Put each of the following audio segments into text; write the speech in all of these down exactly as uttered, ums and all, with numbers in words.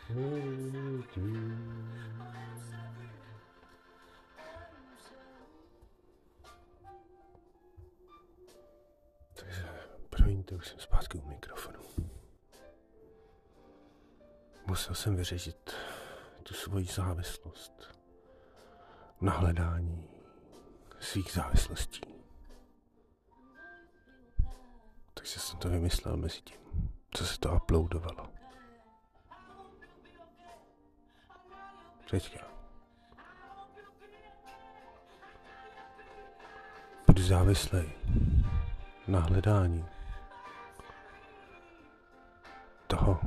Takže, promiňte, už jsem zpátky u mikrofonu. Musel jsem vyřešit tu svoji závislost na hledání svých závislostí. Takže jsem to vymyslel mezi tím, co se to uploadovalo. Teďka. Budu závislý na hledání toho,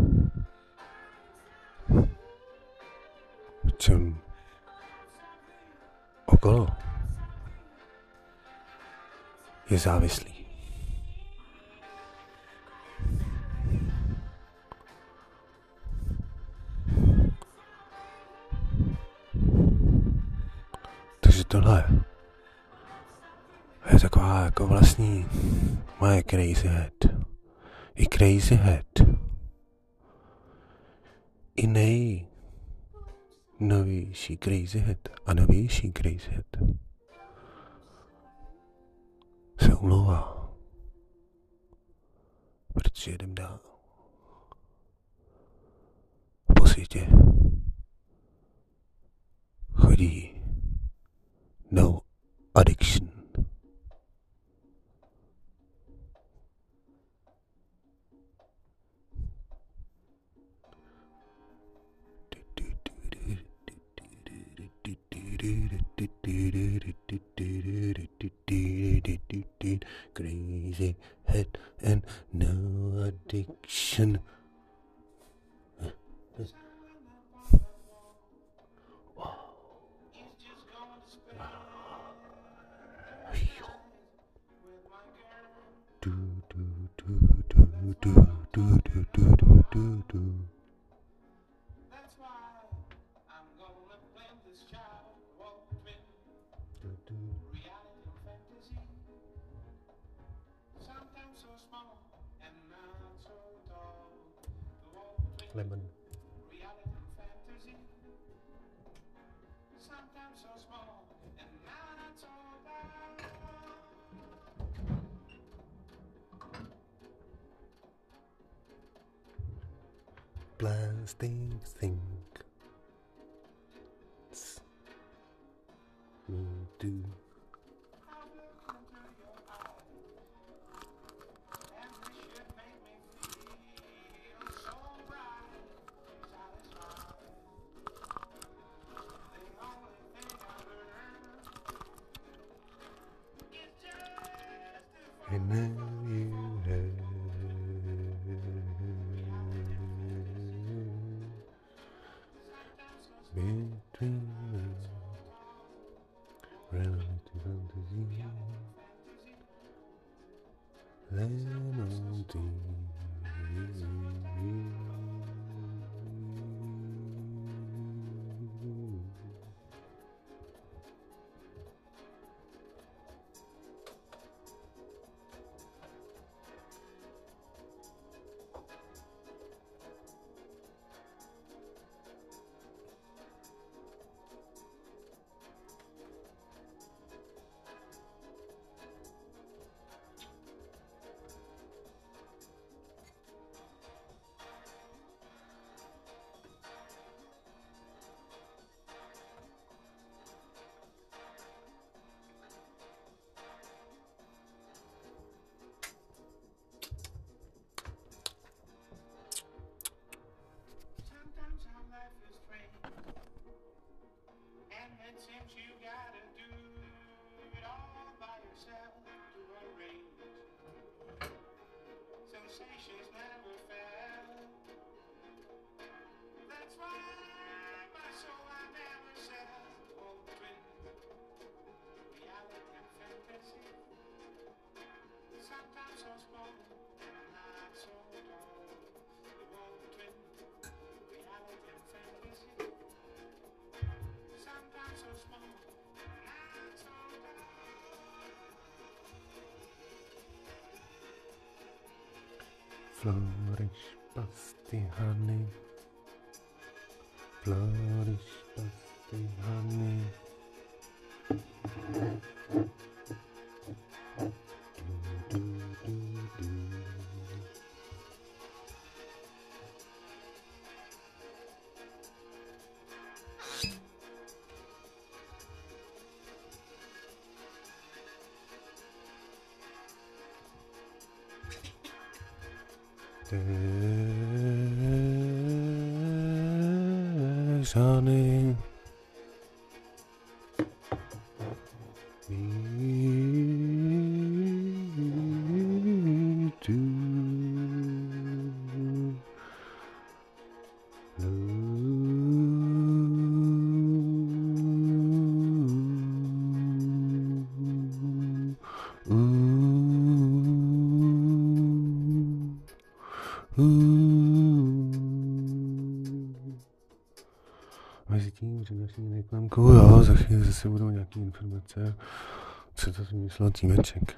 v čem okolo je závislý. Takže tohle je taková jako vlastní moje crazy head. I crazy head. I nejnovější crazy head a novější crazy head se umlouvá, protože jdem dál. Po světě chodí no addiction. Crazy head and no addiction. Do do do do do do do do do do. That's why I'm gonna play this child walk between reality and fantasy. Sometimes so small and not so tall. The walk between Lemon. reality and fantasy. Sometimes so small and not so tall. Plastic things me do. And now you have between us reality fantasy lemon tea. Sometimes our life is strange, and it seems you gotta do it all by yourself to arrange. Sensations never fail. That's why my soul I never sell. All between reality and fantasy. Sometimes so small, not so tall. The wall between reality and fantasy. Sometimes so small, not so tall. Flourish, busty honey. flourish, busting honey. Do, do, do, do. There's honey. Me too. Ooh. Ooh. Mezi tím přenaším reklamku, jo, za chvíli zase budou nějaký informace, co to vymyslel týmeček.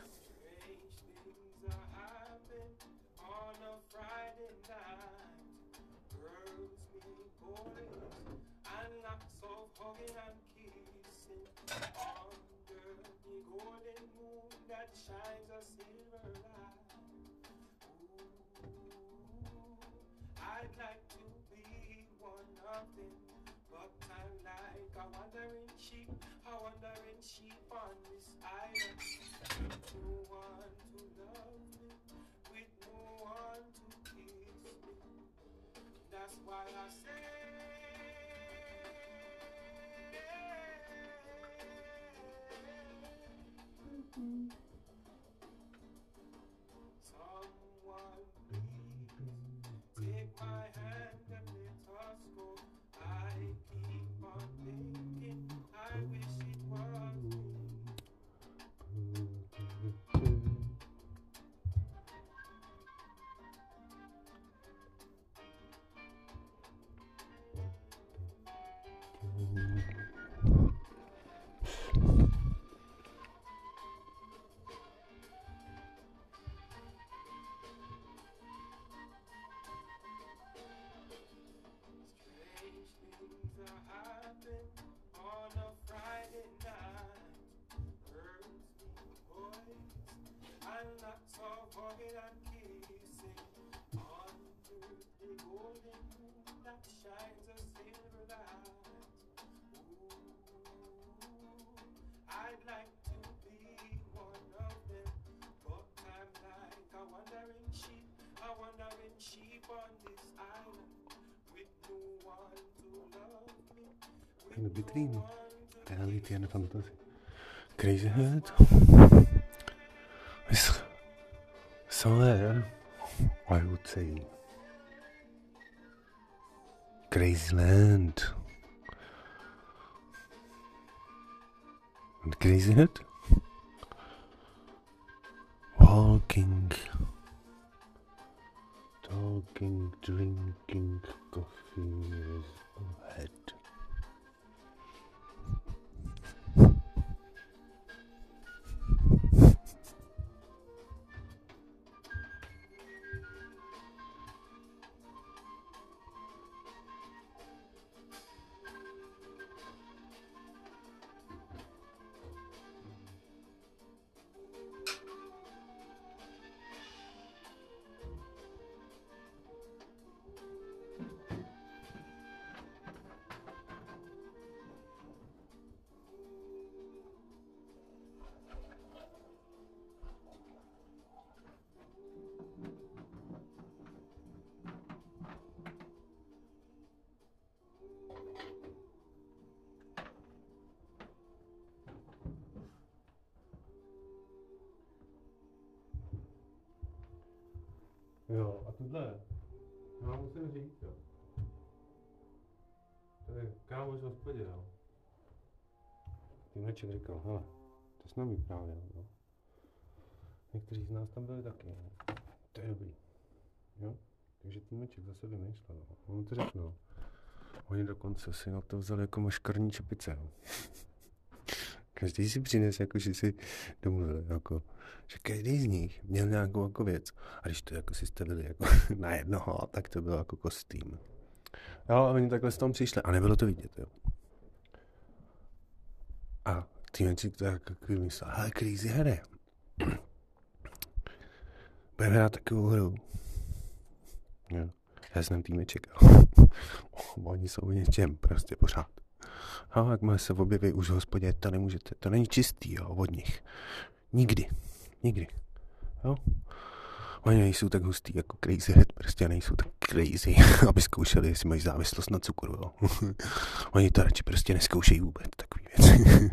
I'd like to be one of them, but I'm like a wandering sheep, a wandering sheep on this island. No one to love me, with no one to kiss me. That's why I say, someone take my hand and let us go. I keep on thinking, I wish it was me. Strange things are happening on a Friday night. Hurts me, boys, and lots of hugging and kissing under the golden moon that shines a silver light. Ooh, I'd like to be one of them, but I'm like a wandering sheep, a wandering sheep on this island. In de vitrine. Reality en fantasy. Crazy Head is somewhere, I would say, Crazy Land. And Crazy Head walking, talking, drinking coffee is ahead. Jo, a tohle, já musím říct, jo. To je kámoš v hospodě, jo. Týmeček říkal, hele, to jsi nám vyprávěl, jo. Někteří z nás tam byli taky, jo. To je dobrý, jo. Takže týmeček zase vymýšlel, jo. On to řekl, no. Oni dokonce si na to vzali jako maškarní čepice, jo. Každý si přines, jako že si domluvil, jako, že každý z nich měl nějakou jako věc. A když to jako si stavili jako na jednoho, tak to bylo jako kostým. Jo, a oni takhle s tom přišli. A nebylo to vidět, jo. A týmeček to jako myslel, hele, crazy hry. Budeme hrát takovou hru. Jo. Já jsem týmeček. Oni jsou v něčem prostě pořád. A jakmile se objeví už v hospodě, to nemůžete, to není čistý, jo, od nich. Nikdy. Nikdy. Jo. Oni nejsou tak hustý jako Crazy Head, prostě nejsou tak crazy, aby zkoušeli, jestli mají závislost na cukru, jo. Oni to radši prostě neskoušejí vůbec, takový věci.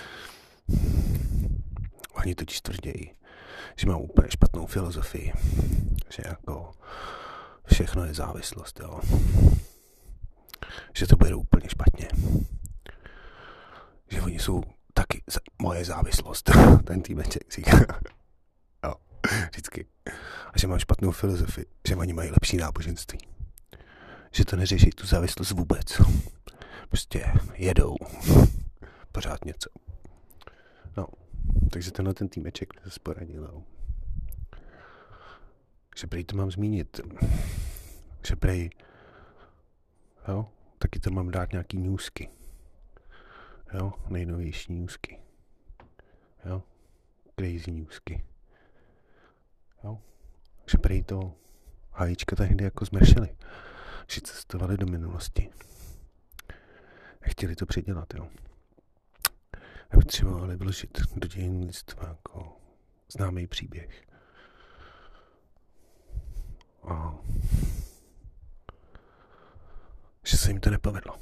Oni totiž tvrdějí, že mám úplně špatnou filozofii, že jako všechno je závislost, jo. Že to bude úplně špatně. Že oni jsou taky moje závislost, ten týmeček říká. Jo, vždycky. A že mám špatnou filozofii, že oni mají lepší náboženství. Že to neřeší tu závislost vůbec. Prostě jedou. Pořád něco. No, takže tenhle ten týmeček se poradil. Jo. Že prej to mám zmínit. Že prej, jo, taky to mám dát nějaký newsky. Jo, nejnovější newsky. Jo, crazy newsky. Jo, že prej to hájíčka tehdy jako zmršili. Že cestovali do minulosti. A chtěli to předělat, jo. A potřebovali vložit do dějin lidstva jako známý příběh. A že se jim to nepovedlo.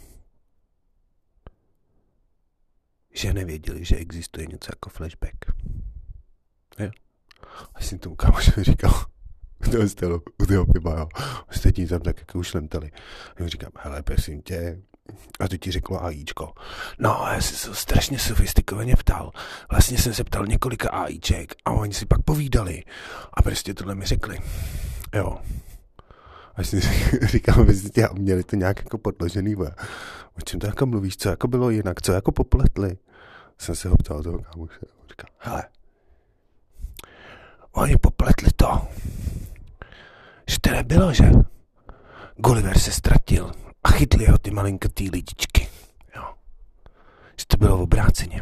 Že nevěděli, že existuje něco jako flashback. Jo. A jsem tomu kámošovi říkal, u toho stolu, u toho piva, jo. Ostatní tam tak jako ušlemtali. A já říkám, hele, prosím tě. A to ti řeklo AIčko. No, já jsem se strašně sofistikovaně ptal. Vlastně jsem se ptal několika AIček a oni si pak povídali. A prostě tohle mi řekli. Jo. A jsem říkal, že měli to nějak jako podložený. Bo. O čem to jako mluvíš? Co jako bylo jinak? Co jako popletli? Jsem se ho ptal toho kámoše. Říkal, hele, oni popletli to, že to nebylo, že Gulliver se ztratil a chytli ho ty malinkatý lidičky. Jo. Že to bylo v obráceně.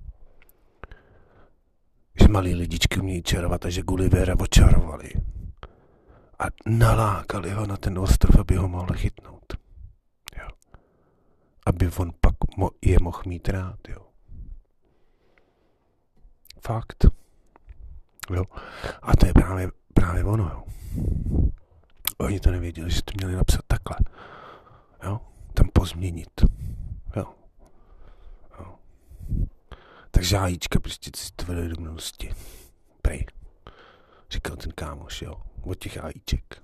Že malý lidičky umějí čarovat a že Gullivera očarovali. A nalákali ho na ten ostrov, aby ho mohl chytnout. Jo. Aby on pak mo- je mohl mít rád, jo. Fakt. Jo. A to je právě, právě ono, jo. Oni to nevěděli, že to měli napsat takhle. Jo. Tam pozměnit. Jo. Jo. Takže AIčka prostě cestovali do minulosti. Prej. Říkal ten kámoš, jo. Od těch AIček.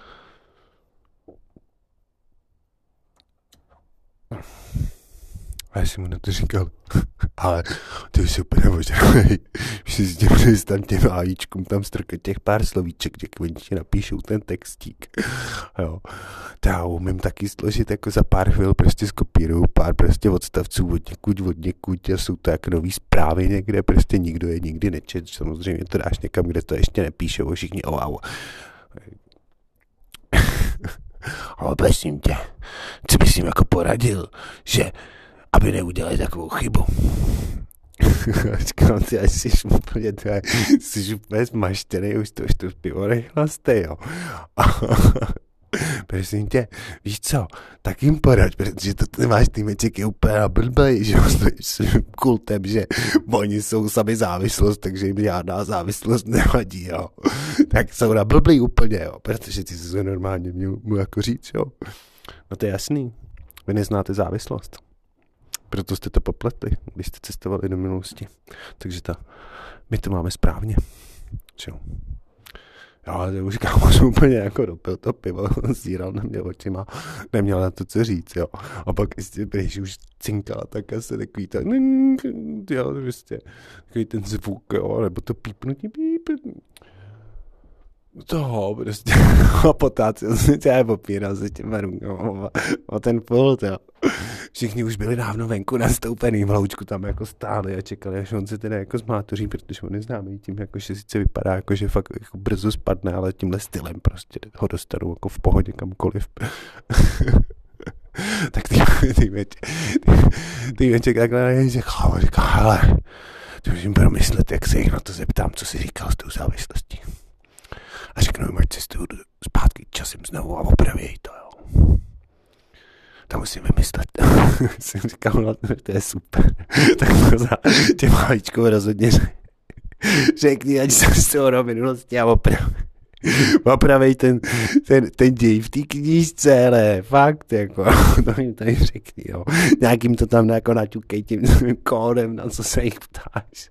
A já jsem mu na to říkal, ale to je super nemožný. Už si s tím tam těm AIčkům tam strkat těch pár slovíček, že oni ti napíšou ten textík. Jo. To já umím taky složit jako za pár chvil, prostě skopíruju pár prostě odstavců od někud, od někud a jsou to jako nový zprávy někde, prostě nikdo je nikdy nečet, samozřejmě to dáš někam, kde to ještě nepíšou, všichni au au. Ale prosím tě, co bys jim jako poradil, že aby neudělali takovou chybu. Říkám si, až jsi úplně, to je, jsi úplně zmaštěnej, už to, už to pivo nechlaste, jo. Prosím tě, víš co, tak jim poraď, protože to ty máš týmeček je úplně blbej, že jo, s kultem, že oni jsou sami závislost, takže jim žádná závislost nevadí, jo. Tak jsou na blblý úplně, jo, protože ty se normálně měl mu jako říct, jo. No to je jasný, vy neznáte závislost. Proto jste to popletli, když jste cestovali do minulosti. Takže ta, my to máme správně. Jo. Já to už kámoš úplně jako dopil to pivo, zíral na mě očima, neměl na to co říct, jo. A pak jestli když už cinkala, tak asi takový to, jo, prostě, takový ten zvuk, jo, nebo to pípnutí, píp, toho prostě, a potácel se tě, popíral se těma rukama o ten pult, jo. všichni už byli dávno venku nastoupený, v hloučku tam jako stáli a čekali, až on se teda jako zmátoří, protože on je známý tím, jako, že sice vypadá jako, že fakt jako brzo spadne, ale tímhle stylem prostě ho dostanou jako v pohodě kamkoliv. Tak ty, ty věček, ty, ty věček takhle na něj říkal, říká, hele, to musím promyslet, jak se jich na to zeptám, co jsi říkal s tou závislostí. A řeknu jim, ať cestuju zpátky časem znovu a opravěj to, jo. To musím vymyslet. Jsem říkal, no, to je super. Tak poza těm maličkou rozhodně řekni, ať jsem z toho do minulosti a opravěj. Opravej ten, ten, ten děj v té knížce, ale fakt, jako, to jim tady řekni, jo. Nějakým to tam jako naťukej tím kódem, na co se jich ptáš.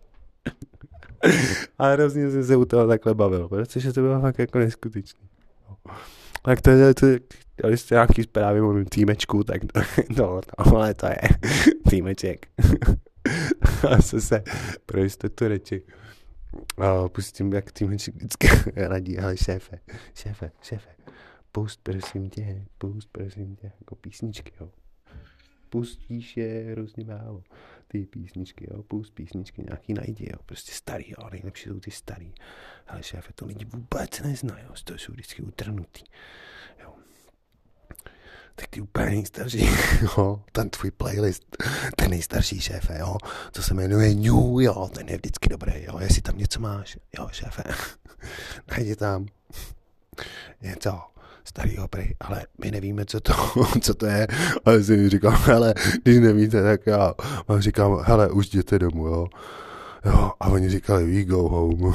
A hrozně jsem se u toho takhle bavil, protože to bylo fakt jako neskutečný. Tak to je, to, dali jste nějaký zprávy o mým týmečku, tak to, to, tohle to je týmeček. A co se pro jistotu reči a pustím, jak týmeček vždycky radí, ale šéfe, šéfe, šéfe, pust prosím tě, pust prosím tě, jako písničky, jo. Pustíš je hrozně málo, ty písničky, jo, pust písničky nějaký najdi, jo, prostě starý, jo, nejlepší jsou ty starý, ale šéfe, to lidi vůbec neznají, jo, z toho jsou vždycky utrnutý, jo. Tak ty úplně nejstarší, jo, ten tvůj playlist, ten nejstarší šéfe, jo, co se jmenuje New, jo, ten je vždycky dobrý, jo, jestli tam něco máš, jo, šéfe, najdi tam něco starýho prej, ale my nevíme, co to, co to je, ale jsem mi říkal, hele, když nevíte, tak já vám říkám, hele, už jděte domů, jo, jo, a oni říkali, we go home.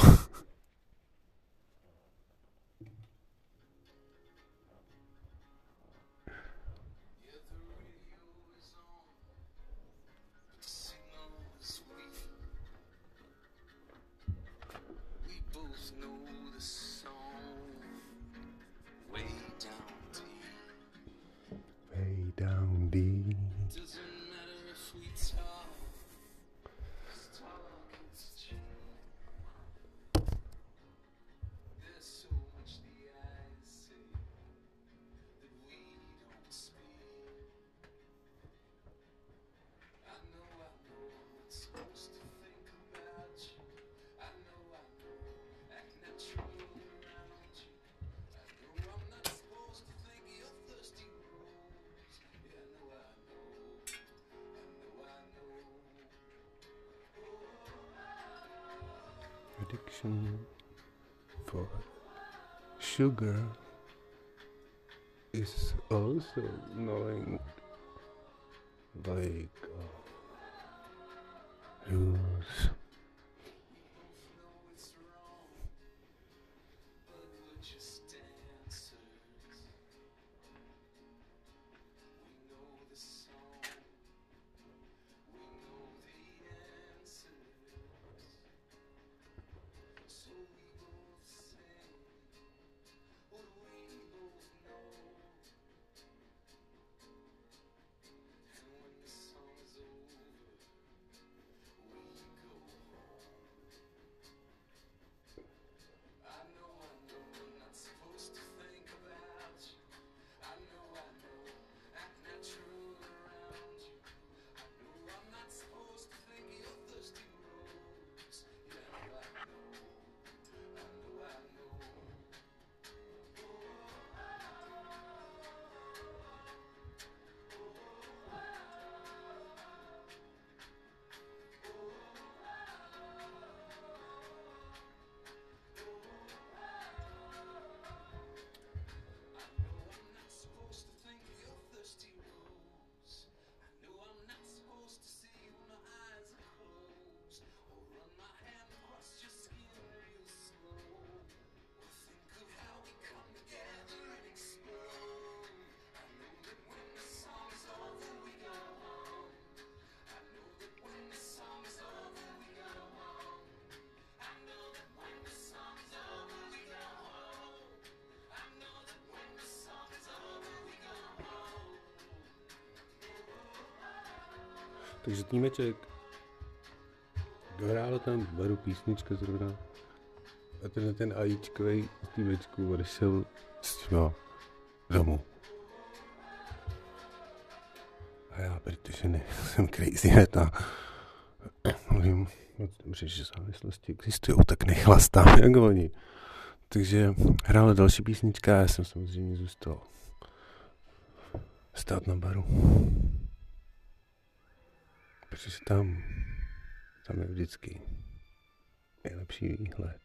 Down deep. Doesn't matter if we talk, talk is cheap. There's so much the eyes say that we don't speak. I know, I know, I'm supposed to think about you. I know, I know, act natural around you. I know I'm not supposed to think you're thirsty. Addiction for sugar is also knowing like uh, rules. Takže týmeček dohrál tam v baru písnička zrovna a tenhle ten ajíčkovej týmečku odešel s těma domů. A A já, protože ne, jsem crazy head a vím moc dobře, že závislosti existují, tak nechlastám jak oni. Takže hrála další písnička a já jsem samozřejmě zůstal stát na baru. Protože tam, tam je vždycky nejlepší výhled.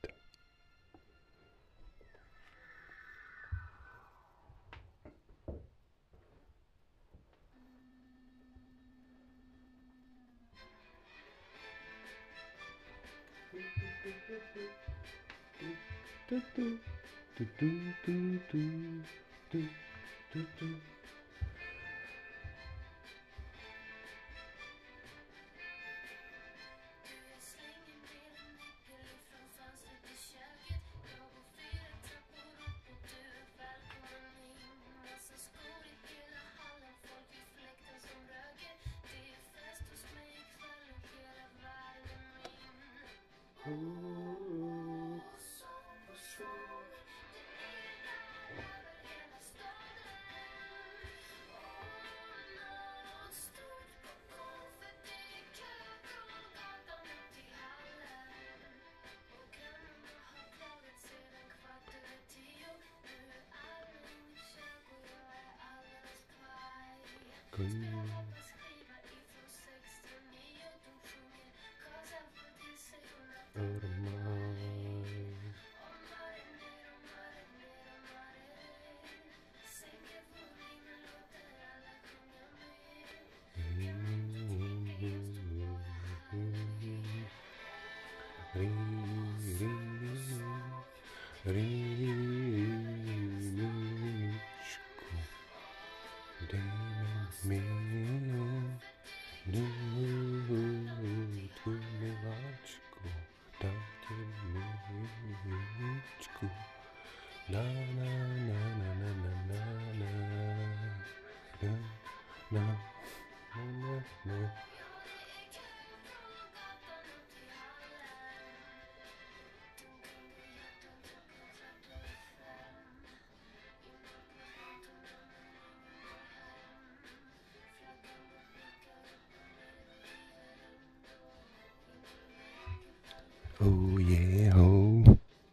Oh yeah, oh.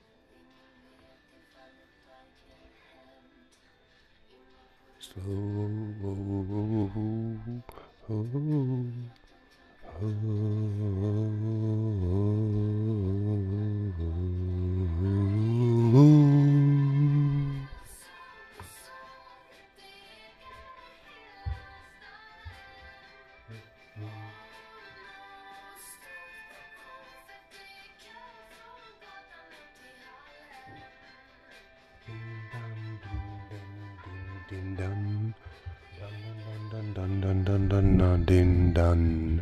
Slow, oh, oh, din dan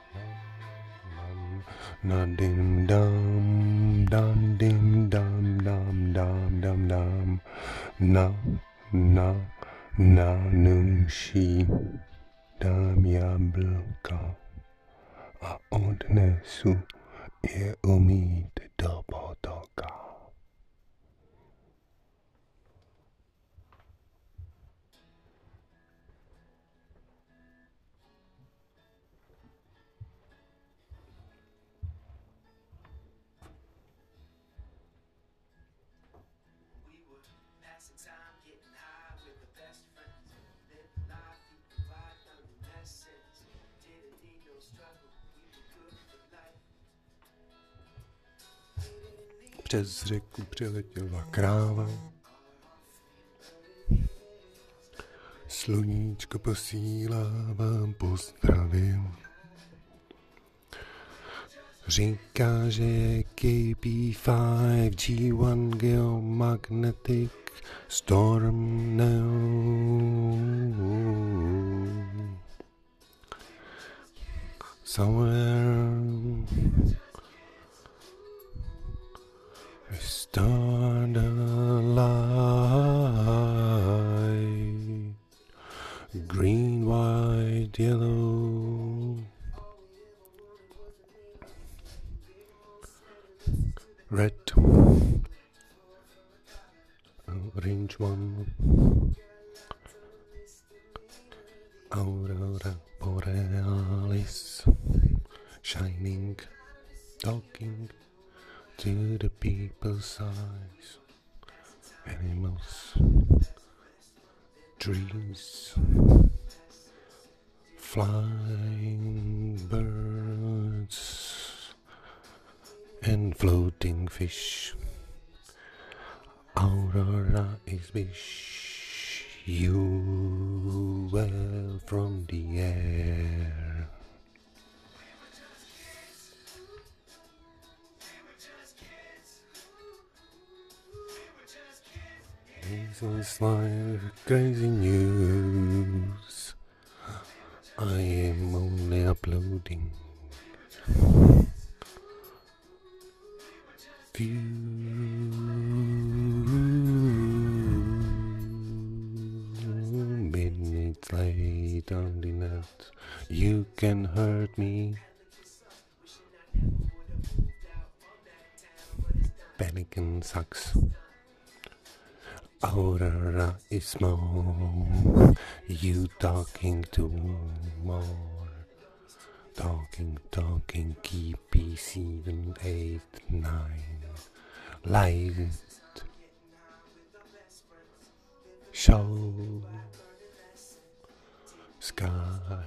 na dim dam dam dim dam dam dam dam dam na na na nuší dám jablka a odnesu je umít do potoka. Přes řeku přiletěla kráva, sluníčko posílá vám pozdravy. Říká, že je K P pět G jedna Geomagnetic Storm now. Somewhere we start a light, green, white, yellow, red, orange one. Aurora borealis, shining, talking to the people's eyes. Animals, trees, flying birds, and floating fish. Aurora is wish you well from the air. This was like crazy news. I am only uploading few minutes late on the net. You can hurt me. Pelican sucks. Aurora is more. You talking too more. Talking, talking, keep seven, eight, nine. Light. Show. Sky.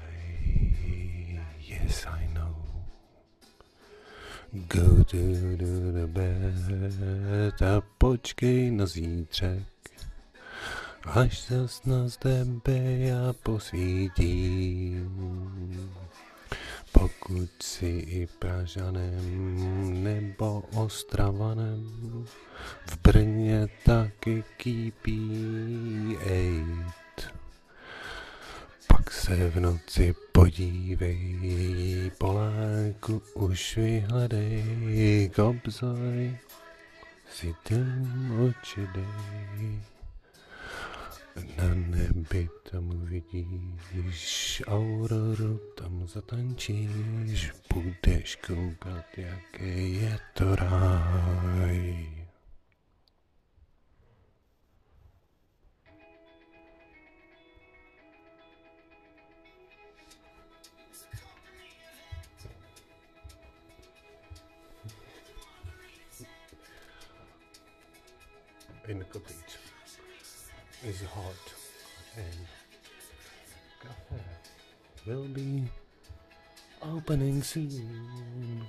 Yes, I know. Go to the bed a počkej na zítřek, až zas na tebe já posvítím. Pokud si i Pražanem nebo Ostravanem, v Brně taky kýpí ejt. Pak se v noci podívej, Poláku už vyhledej, kobzoj si tím oči dej. Na nebi tam uvidíš auroru, tam zatančíš, budeš koukat, jaký je to ráj. In the cottage is hot and cafe will be opening soon.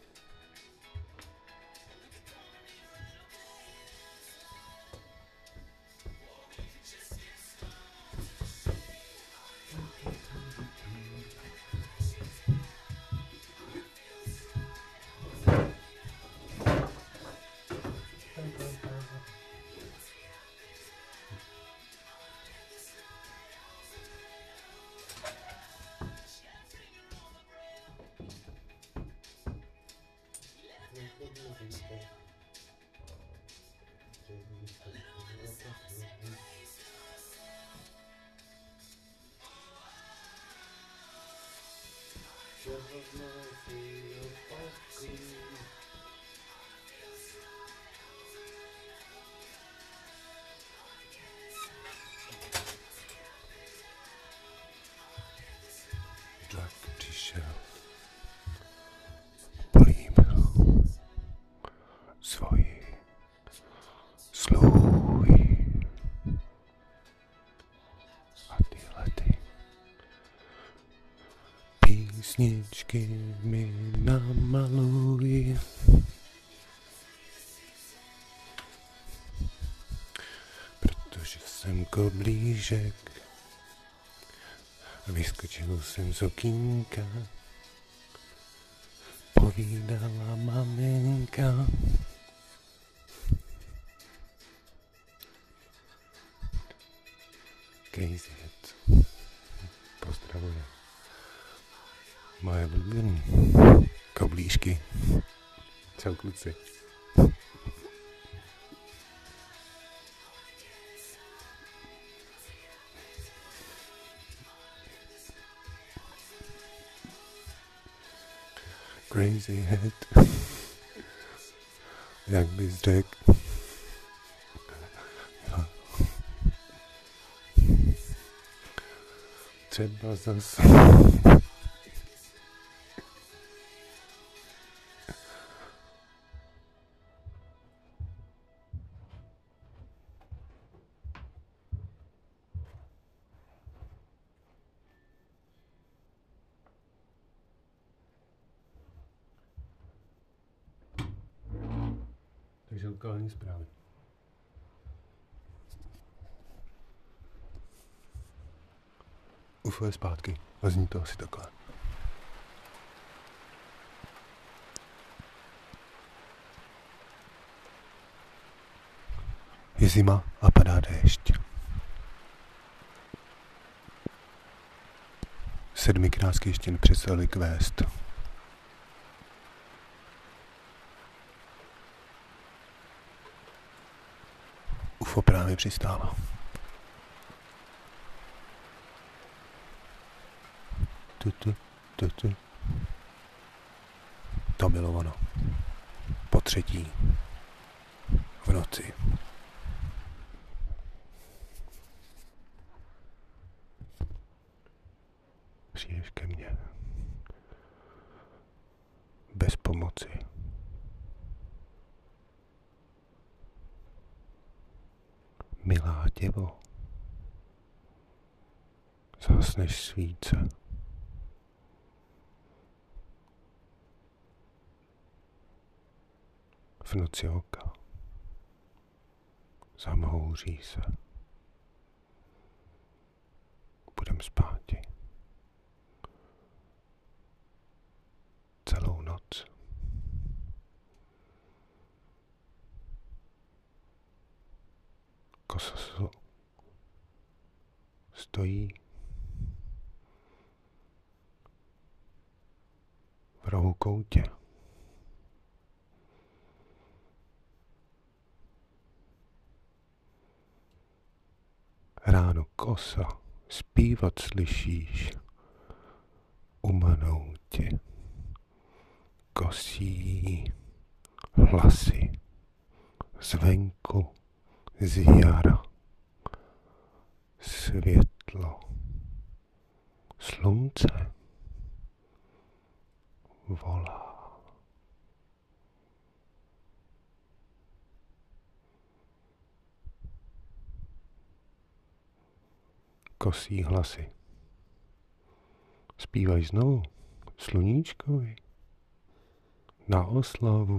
Drag t-shirt. Políbil svoji sluhy a tyhle ty písničky mi namalují. Protože jsem koblížek, vyskočil jsem z okýnka, povídala maminka. Crazy Head pozdravuje moje oblíbené koblížky. Čau kluci. Crazy Head, jak bys řekl. třeba zas. Takže lokální zprávy. U F O je zpátky. A zní to asi takhle. Je zima a padá déšť. Sedmi krásky ještě nepřestaly kvést. U F O právě přistálo. Tu, tu, tu, tu. To bylo ono. Po třetí. V noci. Přijdeš ke mně. Bez pomoci. Milá děvo. Zhasneš svíce. V noci oka. Zamhouří se. Budem spáti. Celou noc. Kosa stojí v rohu koutě. Ráno kosa zpívat slyšíš, umanou tě kosí hlasy zvenku z jara, světlo, slunce volá. Kosí hlasy. Zpívaj znovu sluníčkovi na oslavu.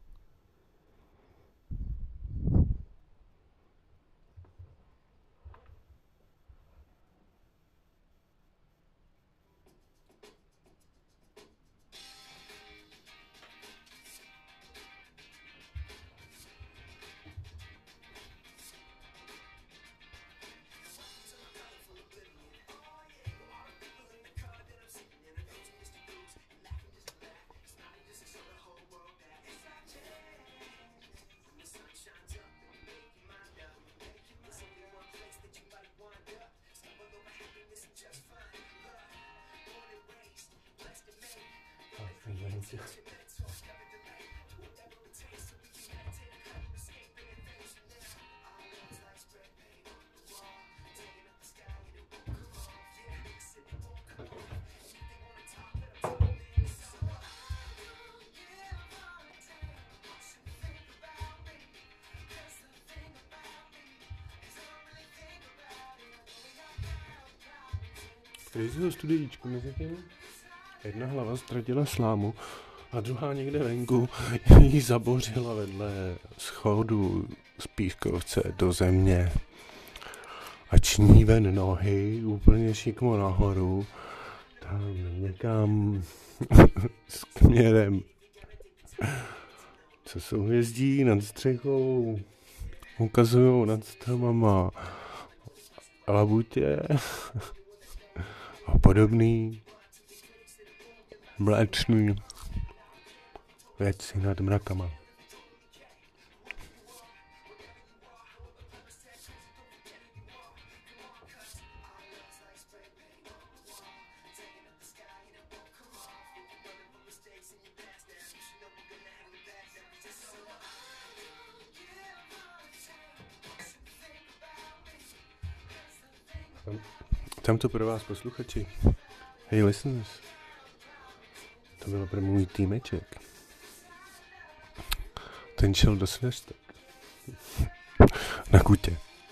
Kriziho studiíčku mezi tím. Jedna hlava ztratila slámu a druhá někde venku jí zabořila vedle schodu z pískovce do země. A ční ven nohy úplně šikmo nahoru, tam někam směrem, co souhvězdí nad střechou, ukazujou nad stromama labutě a podobný mléčný věci nad mrakama. Tam to pro vás posluchači. Hey listeners. To bylo pro můj týmeček. Ten šel do svěstek. Na kutě.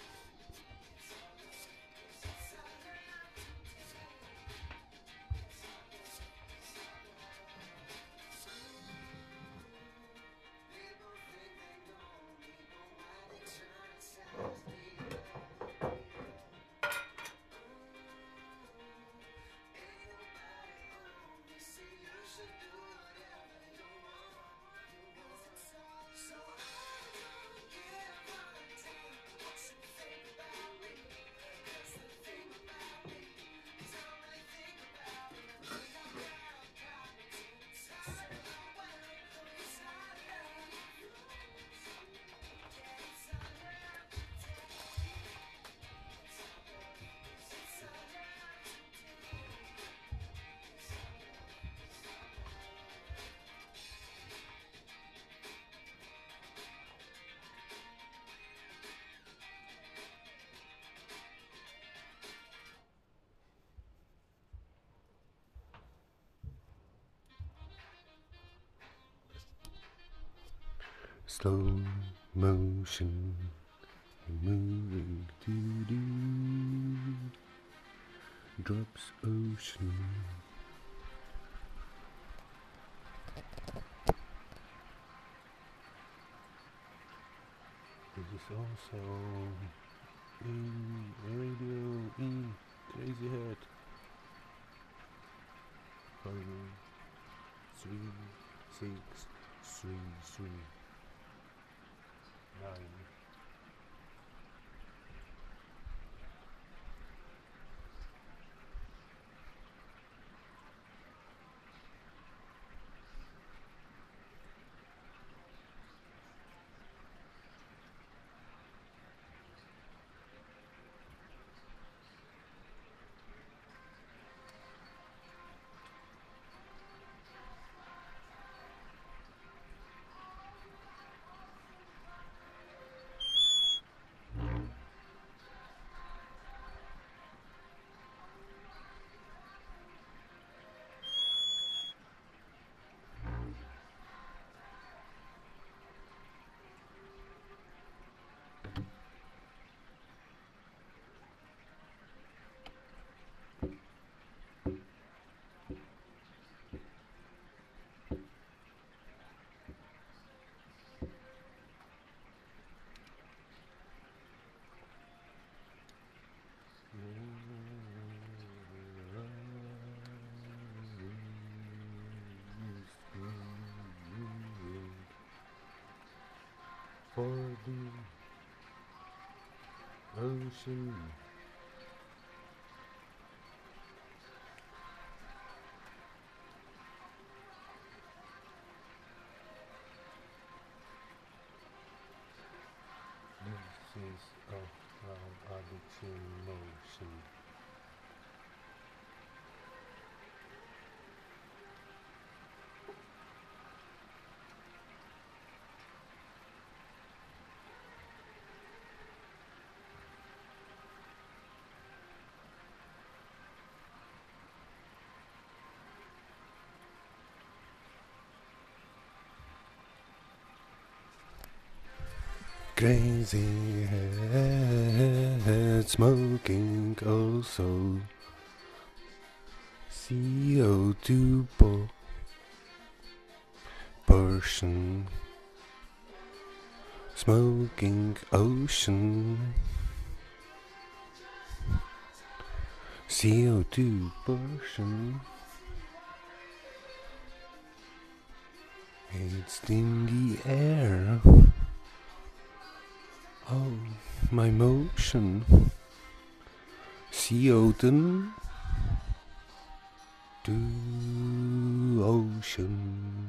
Slow motion, moving to do drops ocean. This is also in radio in Crazy Head. Five, three, six, three, three. Nine. For the ocean. This is a round addiction motion. Crazy head smoking also C O two portion smoking ocean C O two portion. It's in the air. Oh, my motion. C O two to ocean.